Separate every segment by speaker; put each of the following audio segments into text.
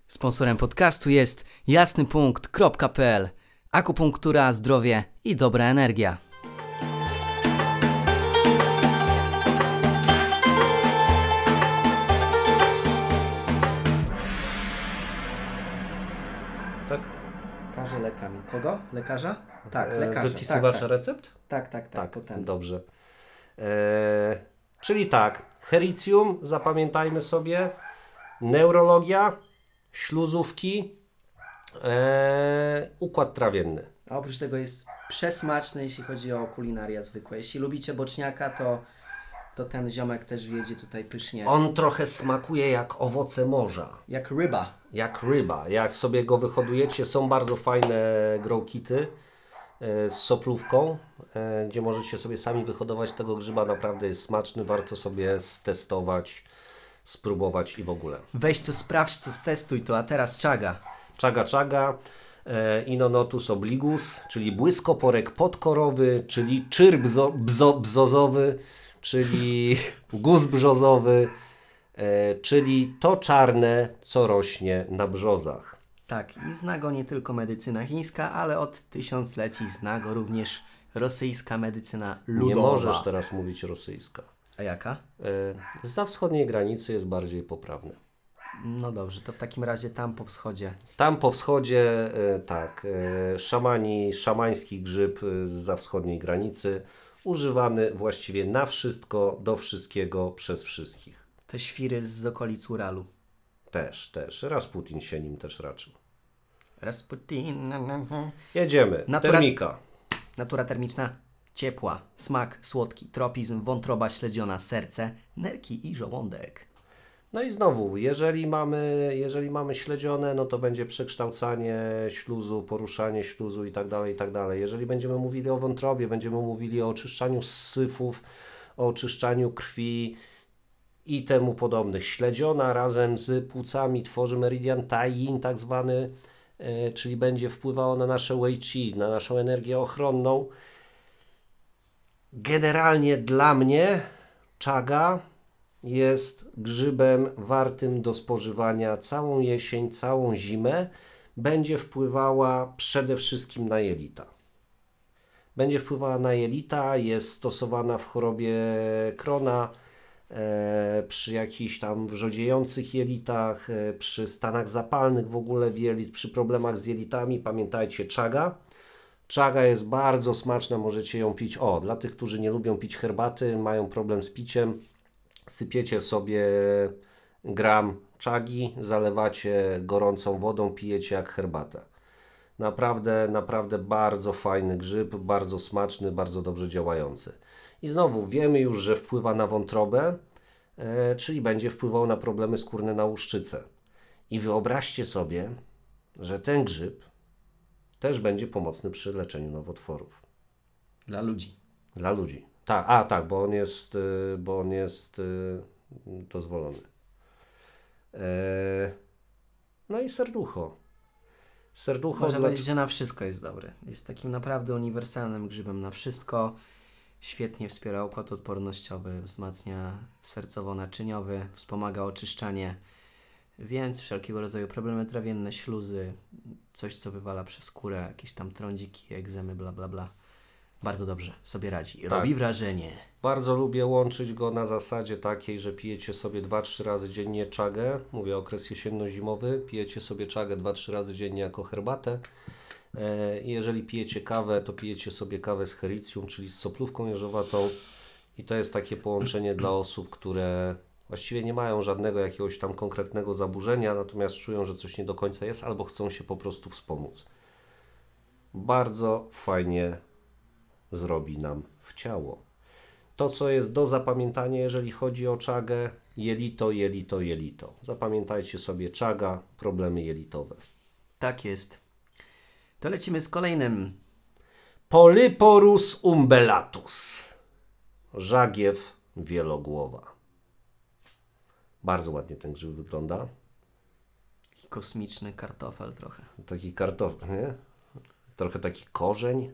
Speaker 1: Sponsorem podcastu jest jasnypunkt.pl. Akupunktura, zdrowie i dobra energia.
Speaker 2: Tak?
Speaker 1: Każe lekami. Kogo? Lekarza? Tak, lekarza.
Speaker 2: Wypisywacz recept?
Speaker 1: Tak, to ten.
Speaker 2: Dobrze. Czyli tak, hericium, zapamiętajmy sobie, neurologia, śluzówki, układ trawienny.
Speaker 1: A oprócz tego jest przesmaczny, jeśli chodzi o kulinaria zwykłe. Jeśli lubicie boczniaka, to ten ziomek też wjedzie tutaj pysznie.
Speaker 2: On trochę smakuje jak owoce morza.
Speaker 1: Jak ryba.
Speaker 2: Jak ryba. Jak sobie go wyhodujecie, są bardzo fajne grow kity z soplówką, gdzie możecie sobie sami wyhodować tego grzyba. Naprawdę jest smaczny, warto sobie stestować, spróbować i w ogóle.
Speaker 1: Weź to, sprawdź to, testuj to, a teraz czaga.
Speaker 2: Czaga, Inonotus obligus, czyli błyskoporek podkorowy, czyli czyr bzozowy, czyli guz brzozowy, czyli to czarne, co rośnie na brzozach.
Speaker 1: Tak, i zna go nie tylko medycyna chińska, ale od tysiącleci zna go również rosyjska medycyna ludowa.
Speaker 2: Nie możesz teraz mówić rosyjska.
Speaker 1: A jaka?
Speaker 2: Zza wschodniej granicy jest bardziej poprawny.
Speaker 1: No dobrze, to w takim razie tam po wschodzie.
Speaker 2: Tam po wschodzie, szamański grzyb zza wschodniej granicy, używany właściwie na wszystko, do wszystkiego, przez wszystkich.
Speaker 1: Te świry z okolic Uralu.
Speaker 2: Też. Rasputin się nim też raczył.
Speaker 1: Rasputin.
Speaker 2: Jedziemy. Termika.
Speaker 1: Natura termiczna. Ciepła, smak słodki, tropizm, wątroba śledziona, serce, nerki i żołądek.
Speaker 2: No i znowu, jeżeli mamy śledzione, no to będzie przekształcanie śluzu, poruszanie śluzu i tak dalej. Jeżeli będziemy mówili o wątrobie, będziemy mówili o oczyszczaniu syfów, o oczyszczaniu krwi i temu podobnych. Śledziona razem z płucami tworzy meridian Tai-yin tak zwany, czyli będzie wpływało na nasze Wei Qi, na naszą energię ochronną. Generalnie dla mnie czaga jest grzybem wartym do spożywania całą jesień, całą zimę. Będzie wpływała przede wszystkim na jelita. Jest stosowana w chorobie Crona, przy jakichś tam wrzodziejących jelitach, przy stanach zapalnych w ogóle w jelit, przy problemach z jelitami. Pamiętajcie, czaga. Czaga jest bardzo smaczna, możecie ją pić. Dla tych, którzy nie lubią pić herbaty, mają problem z piciem, sypiecie sobie gram czagi, zalewacie gorącą wodą, pijecie jak herbatę. Naprawdę bardzo fajny grzyb, bardzo smaczny, bardzo dobrze działający. I znowu wiemy już, że wpływa na wątrobę, czyli będzie wpływał na problemy skórne, na łuszczycę. I wyobraźcie sobie, że ten grzyb też będzie pomocny przy leczeniu nowotworów.
Speaker 1: Dla ludzi.
Speaker 2: Tak, bo on jest dozwolony. No i serducho.
Speaker 1: Można powiedzieć, że na wszystko jest dobry. Jest takim naprawdę uniwersalnym grzybem na wszystko. Świetnie wspiera układ odpornościowy, wzmacnia sercowo-naczyniowy, wspomaga oczyszczanie, więc wszelkiego rodzaju problemy trawienne, śluzy, coś co wywala przez skórę, jakieś tam trądziki, egzemy, bla bla bla. Bardzo dobrze sobie radzi.
Speaker 2: Tak.
Speaker 1: Robi wrażenie.
Speaker 2: Bardzo lubię łączyć go na zasadzie takiej, że pijecie sobie 2-3 razy dziennie czagę. Mówię okres jesienno-zimowy. Pijecie sobie czagę 2-3 razy dziennie jako herbatę. Jeżeli pijecie kawę, to pijecie sobie kawę z hericium, czyli z soplówką jeżowatą. I to jest takie połączenie dla osób, które właściwie nie mają żadnego jakiegoś tam konkretnego zaburzenia, natomiast czują, że coś nie do końca jest, albo chcą się po prostu wspomóc. Bardzo fajnie zrobi nam w ciało. To, co jest do zapamiętania, jeżeli chodzi o czagę, jelito. Zapamiętajcie sobie czaga, problemy jelitowe.
Speaker 1: Tak jest. To lecimy z kolejnym.
Speaker 2: Polyporus umbellatus. Żagiew wielogłowa. Bardzo ładnie ten grzyb wygląda.
Speaker 1: Kosmiczny kartofel trochę.
Speaker 2: Taki kartofel, nie? Trochę taki korzeń.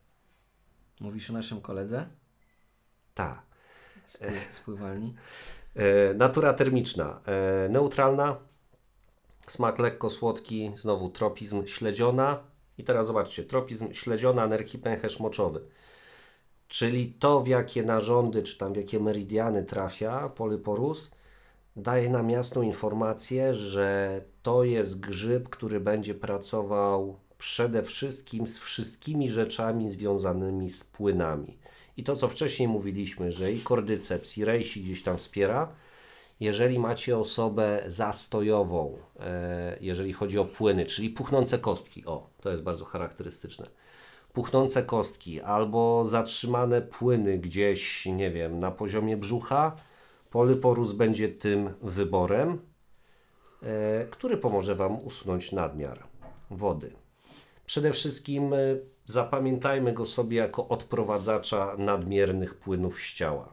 Speaker 1: Mówisz o naszym koledze?
Speaker 2: Tak.
Speaker 1: Z pływalni?
Speaker 2: Natura termiczna. Neutralna. Smak lekko słodki. Znowu tropizm śledziona. I teraz zobaczcie. Tropizm śledziona, nerki, pęcherz moczowy. Czyli to, w jakie narządy, czy tam w jakie meridiany trafia Polyporus, daje nam jasną informację, że to jest grzyb, który będzie pracował przede wszystkim z wszystkimi rzeczami związanymi z płynami. I to, co wcześniej mówiliśmy, że i kordyceps, i rejsi gdzieś tam wspiera. Jeżeli macie osobę zastojową, jeżeli chodzi o płyny, czyli puchnące kostki, to jest bardzo charakterystyczne. Puchnące kostki albo zatrzymane płyny gdzieś, nie wiem, na poziomie brzucha, Polyporus będzie tym wyborem, który pomoże Wam usunąć nadmiar wody. Przede wszystkim zapamiętajmy go sobie jako odprowadzacza nadmiernych płynów z ciała.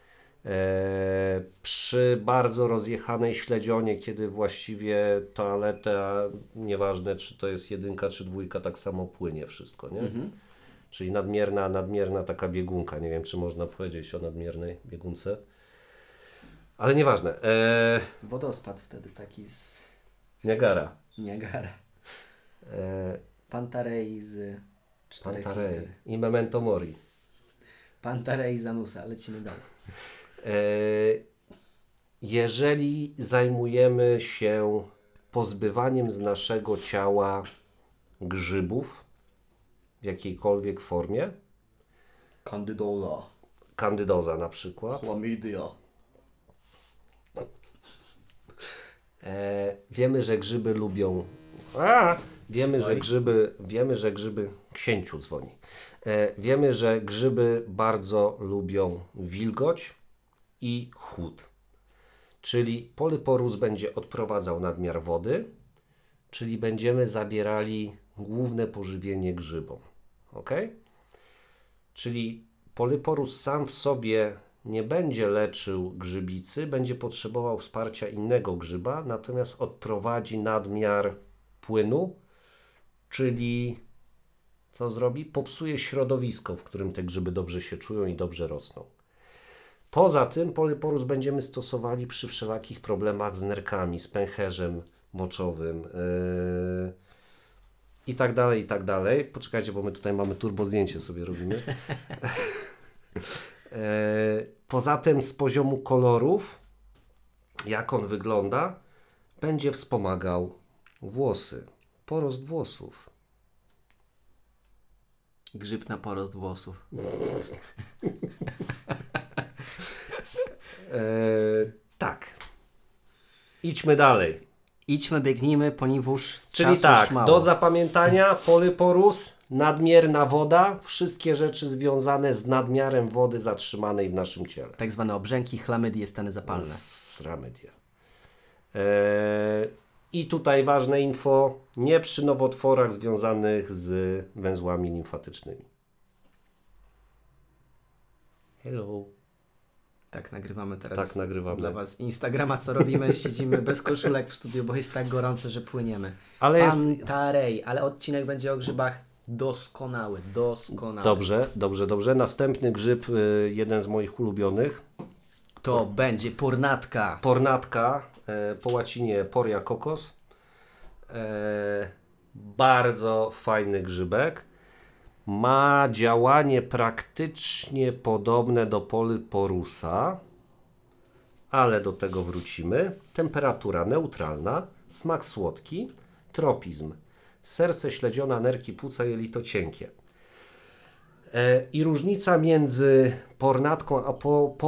Speaker 2: Przy bardzo rozjechanej śledzionie, kiedy właściwie toaleta, nieważne czy to jest 1 czy 2, tak samo płynie wszystko, nie? Czyli nadmierna taka biegunka. Nie wiem, czy można powiedzieć o nadmiernej biegunce, ale nieważne.
Speaker 1: Wodospad wtedy taki z
Speaker 2: Niagara.
Speaker 1: Pantarei z 4
Speaker 2: Pantarei i Memento Mori.
Speaker 1: Pantarei Zanusa, lecimy dalej.
Speaker 2: Jeżeli zajmujemy się pozbywaniem z naszego ciała grzybów w jakiejkolwiek formie, kandydoza na przykład,
Speaker 1: chlamydia,
Speaker 2: wiemy, że grzyby lubią wiemy, że grzyby księciu dzwoni. Wiemy, że grzyby bardzo lubią wilgoć i chłód. Czyli Polyporus będzie odprowadzał nadmiar wody, czyli będziemy zabierali główne pożywienie grzybom. Ok? Czyli Polyporus sam w sobie nie będzie leczył grzybicy, będzie potrzebował wsparcia innego grzyba, natomiast odprowadzi nadmiar płynu, czyli co zrobi? Popsuje środowisko, w którym te grzyby dobrze się czują i dobrze rosną. Poza tym Polyporus będziemy stosowali przy wszelakich problemach z nerkami, z pęcherzem moczowym i tak dalej, i tak dalej. Poczekajcie, bo my tutaj mamy turbo zdjęcie sobie robimy. Poza tym z poziomu kolorów, jak on wygląda, będzie wspomagał włosy, porost włosów.
Speaker 1: Grzyb na porost włosów.
Speaker 2: Tak. Idźmy dalej.
Speaker 1: Biegnijmy, ponieważ
Speaker 2: czyli tak, do zapamiętania Polyporus, nadmierna woda, wszystkie rzeczy związane z nadmiarem wody zatrzymanej w naszym ciele.
Speaker 1: Tak zwane obrzęki, chlamydie, stany zapalne.
Speaker 2: Chlamydia. I tutaj ważne info, nie przy nowotworach związanych z węzłami limfatycznymi. Hello.
Speaker 1: Tak, nagrywamy teraz
Speaker 2: tak, nagrywamy.
Speaker 1: dla Was Instagrama, co robimy. Siedzimy bez koszulek w studiu, bo jest tak gorąco, że płyniemy.
Speaker 2: Ale
Speaker 1: Pantarei, ale odcinek będzie o grzybach doskonały.
Speaker 2: Dobrze. Następny grzyb, jeden z moich ulubionych.
Speaker 1: To będzie pornatka.
Speaker 2: Po łacinie Poria kokos. Bardzo fajny grzybek. Ma działanie praktycznie podobne do Polyporusa, ale do tego wrócimy. Temperatura neutralna, smak słodki, tropizm, serce, śledziona, nerki, płuca, jelito cienkie. I różnica między pornatką a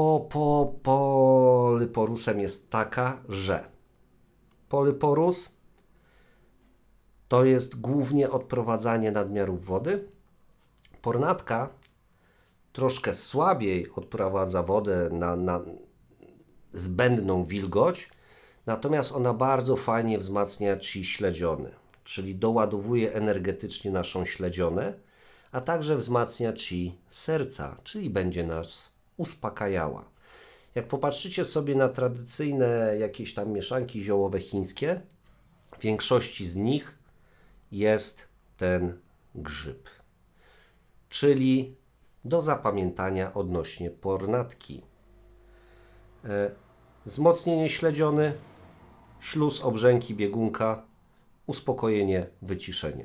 Speaker 2: Polyporusem jest taka, że Polyporus to jest głównie odprowadzanie nadmiarów wody. Pornatka troszkę słabiej odprowadza wodę na zbędną wilgoć, natomiast ona bardzo fajnie wzmacnia chi śledziony, czyli doładowuje energetycznie naszą śledzionę, a także wzmacnia chi serca, czyli będzie nas uspokajała. Jak popatrzycie sobie na tradycyjne jakieś tam mieszanki ziołowe chińskie, w większości z nich jest ten grzyb. Czyli do zapamiętania odnośnie pornatki. wzmocnienie śledziony, śluz, obrzęki, biegunka, uspokojenie, wyciszenie.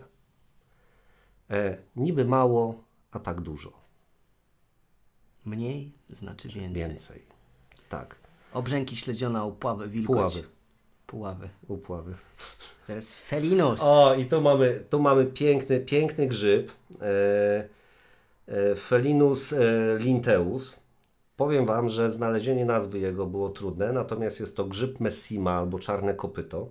Speaker 2: Niby mało, a tak dużo.
Speaker 1: Mniej znaczy więcej.
Speaker 2: Tak.
Speaker 1: Obrzęki, śledziona, upławy, wilgoć. Puławy.
Speaker 2: Upławy.
Speaker 1: Teraz felinus.
Speaker 2: O, i tu mamy piękny grzyb. Felinus linteus. Powiem Wam, że znalezienie nazwy jego było trudne, natomiast jest to grzyb Messima albo czarne kopyto.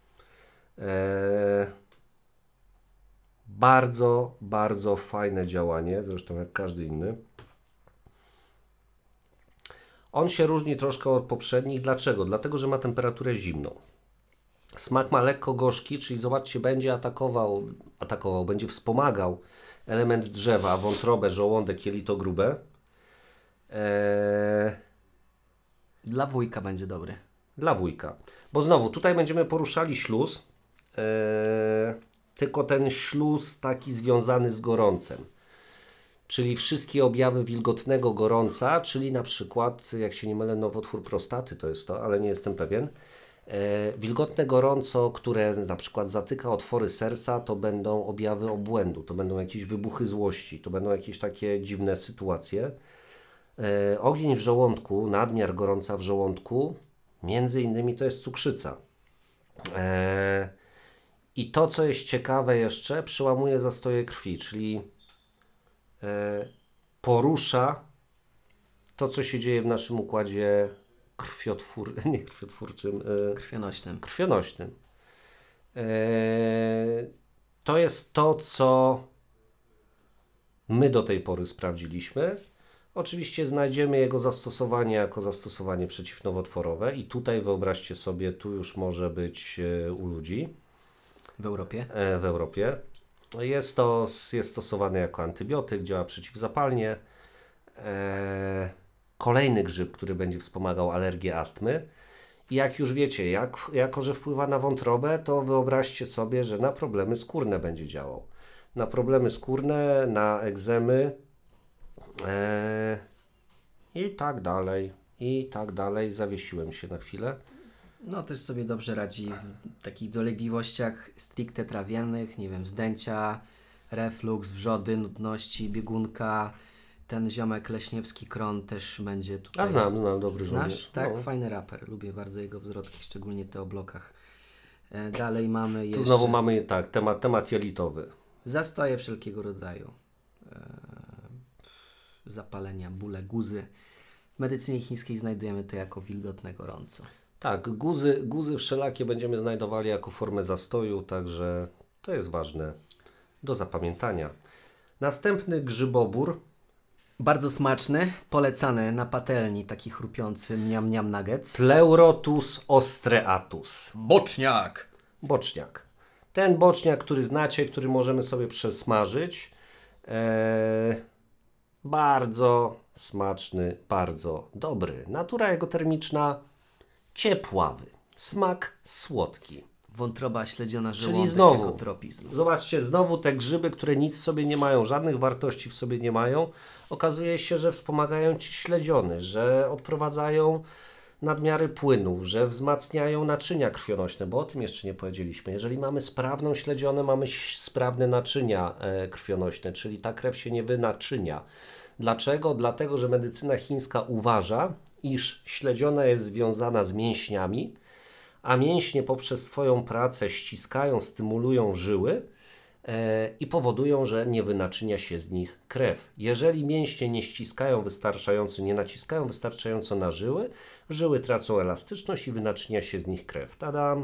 Speaker 2: Bardzo, bardzo fajne działanie, zresztą jak każdy inny. On się różni troszkę od poprzednich. Dlaczego? Dlatego, że ma temperaturę zimną. Smak ma lekko gorzki, czyli zobaczcie, będzie atakował, będzie wspomagał element drzewa, wątrobę, żołądek, jelito grube.
Speaker 1: Dla wujka będzie dobry.
Speaker 2: Dla wujka. Bo znowu, tutaj będziemy poruszali śluz, tylko ten śluz taki związany z gorącem. Czyli wszystkie objawy wilgotnego gorąca, czyli na przykład, jak się nie mylę, nowotwór prostaty to jest to, ale nie jestem pewien. Wilgotne gorąco, które na przykład zatyka otwory serca, to będą objawy obłędu, to będą jakieś wybuchy złości, to będą jakieś takie dziwne sytuacje. Ogień w żołądku, nadmiar gorąca w żołądku, między innymi to jest cukrzyca. I to, co jest ciekawe jeszcze, przełamuje zastoje krwi, czyli porusza to, co się dzieje w naszym układzie krwionośnym. To jest to, co my do tej pory sprawdziliśmy. Oczywiście znajdziemy jego zastosowanie jako zastosowanie przeciwnowotworowe i tutaj wyobraźcie sobie, tu już może być u ludzi.
Speaker 1: W Europie?
Speaker 2: W Europie. Jest stosowany jako antybiotyk, działa przeciwzapalnie. Kolejny grzyb, który będzie wspomagał alergię astmy. I jak już wiecie, jako że wpływa na wątrobę, to wyobraźcie sobie, że na problemy skórne będzie działał. Na problemy skórne, na egzemy i tak dalej, i tak dalej. Zawiesiłem się na chwilę.
Speaker 1: No też sobie dobrze radzi w takich dolegliwościach stricte trawiennych, nie wiem, zdęcia, refluks, wrzody, nudności, biegunka. Ten ziomek Leśniewski Kron też będzie tutaj.
Speaker 2: A znam, dobry.
Speaker 1: Znasz? Tak, no. Fajny raper. Lubię bardzo jego wzrotki, szczególnie te o blokach. Dalej mamy jeszcze...
Speaker 2: Tu znowu mamy temat jelitowy.
Speaker 1: Zastoje wszelkiego rodzaju. Zapalenia, bóle, guzy. W medycynie chińskiej znajdujemy to jako wilgotne gorąco.
Speaker 2: Tak, guzy wszelakie będziemy znajdowali jako formę zastoju, także to jest ważne do zapamiętania. Następny grzybobór.
Speaker 1: Bardzo smaczny, polecany na patelni, taki chrupiący mniam nuggets.
Speaker 2: Pleurotus ostreatus.
Speaker 1: Boczniak.
Speaker 2: Ten boczniak, który znacie, który możemy sobie przesmażyć. Bardzo smaczny, bardzo dobry. Natura jego termiczna ciepławy. Smak słodki.
Speaker 1: Wątroba, śledziona, żołądek,
Speaker 2: czyli znowu,
Speaker 1: jako tropizm.
Speaker 2: Zobaczcie, znowu te grzyby, które nic w sobie nie mają, żadnych wartości w sobie nie mają, okazuje się, że wspomagają Ci śledziony, że odprowadzają nadmiary płynów, że wzmacniają naczynia krwionośne, bo o tym jeszcze nie powiedzieliśmy. Jeżeli mamy sprawną śledzionę, mamy sprawne naczynia krwionośne, czyli ta krew się nie wynaczynia. Dlaczego? Dlatego, że medycyna chińska uważa, iż śledziona jest związana z mięśniami, a mięśnie poprzez swoją pracę ściskają, stymulują żyły i powodują, że nie wynaczynia się z nich krew. Jeżeli mięśnie nie ściskają wystarczająco, nie naciskają wystarczająco na żyły, żyły tracą elastyczność i wynaczynia się z nich krew. Tadam!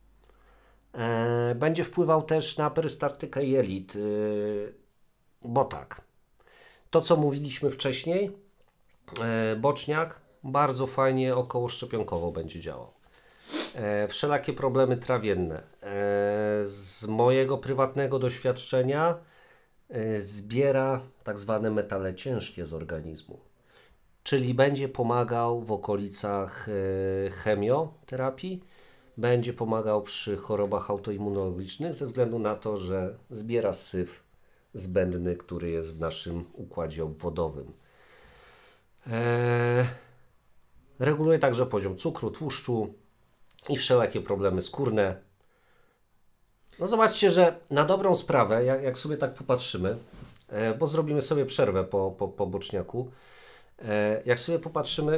Speaker 2: Będzie wpływał też na perystaltykę jelit, bo tak, to co mówiliśmy wcześniej, boczniak bardzo fajnie okołoszczepionkowo będzie działał. Wszelakie problemy trawienne. Z mojego prywatnego doświadczenia zbiera tak zwane metale ciężkie z organizmu. Czyli będzie pomagał w okolicach chemioterapii, będzie pomagał przy chorobach autoimmunologicznych ze względu na to, że zbiera syf zbędny, który jest w naszym układzie obwodowym. Reguluje także poziom cukru, tłuszczu i wszelakie problemy skórne. No zobaczcie, że na dobrą sprawę, jak sobie tak popatrzymy, bo zrobimy sobie przerwę po boczniaku, jak sobie popatrzymy,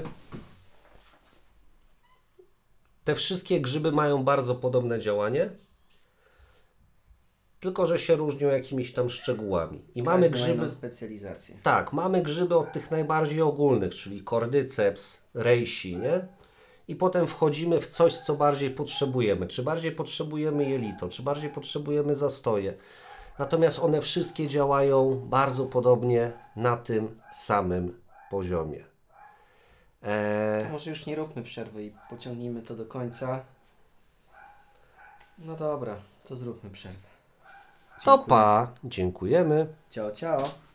Speaker 2: te wszystkie grzyby mają bardzo podobne działanie, tylko że się różnią jakimiś tam szczegółami. I mamy grzyby,
Speaker 1: specjalizację.
Speaker 2: tak, mamy grzyby od tych najbardziej ogólnych, czyli kordyceps, reishi, nie? I potem wchodzimy w coś, co bardziej potrzebujemy. Czy bardziej potrzebujemy jelito, czy bardziej potrzebujemy zastoje. Natomiast one wszystkie działają bardzo podobnie na tym samym poziomie.
Speaker 1: To może już nie róbmy przerwy i pociągnijmy to do końca. No dobra, to zróbmy przerwę.
Speaker 2: To pa, dziękujemy.
Speaker 1: Ciao, ciao.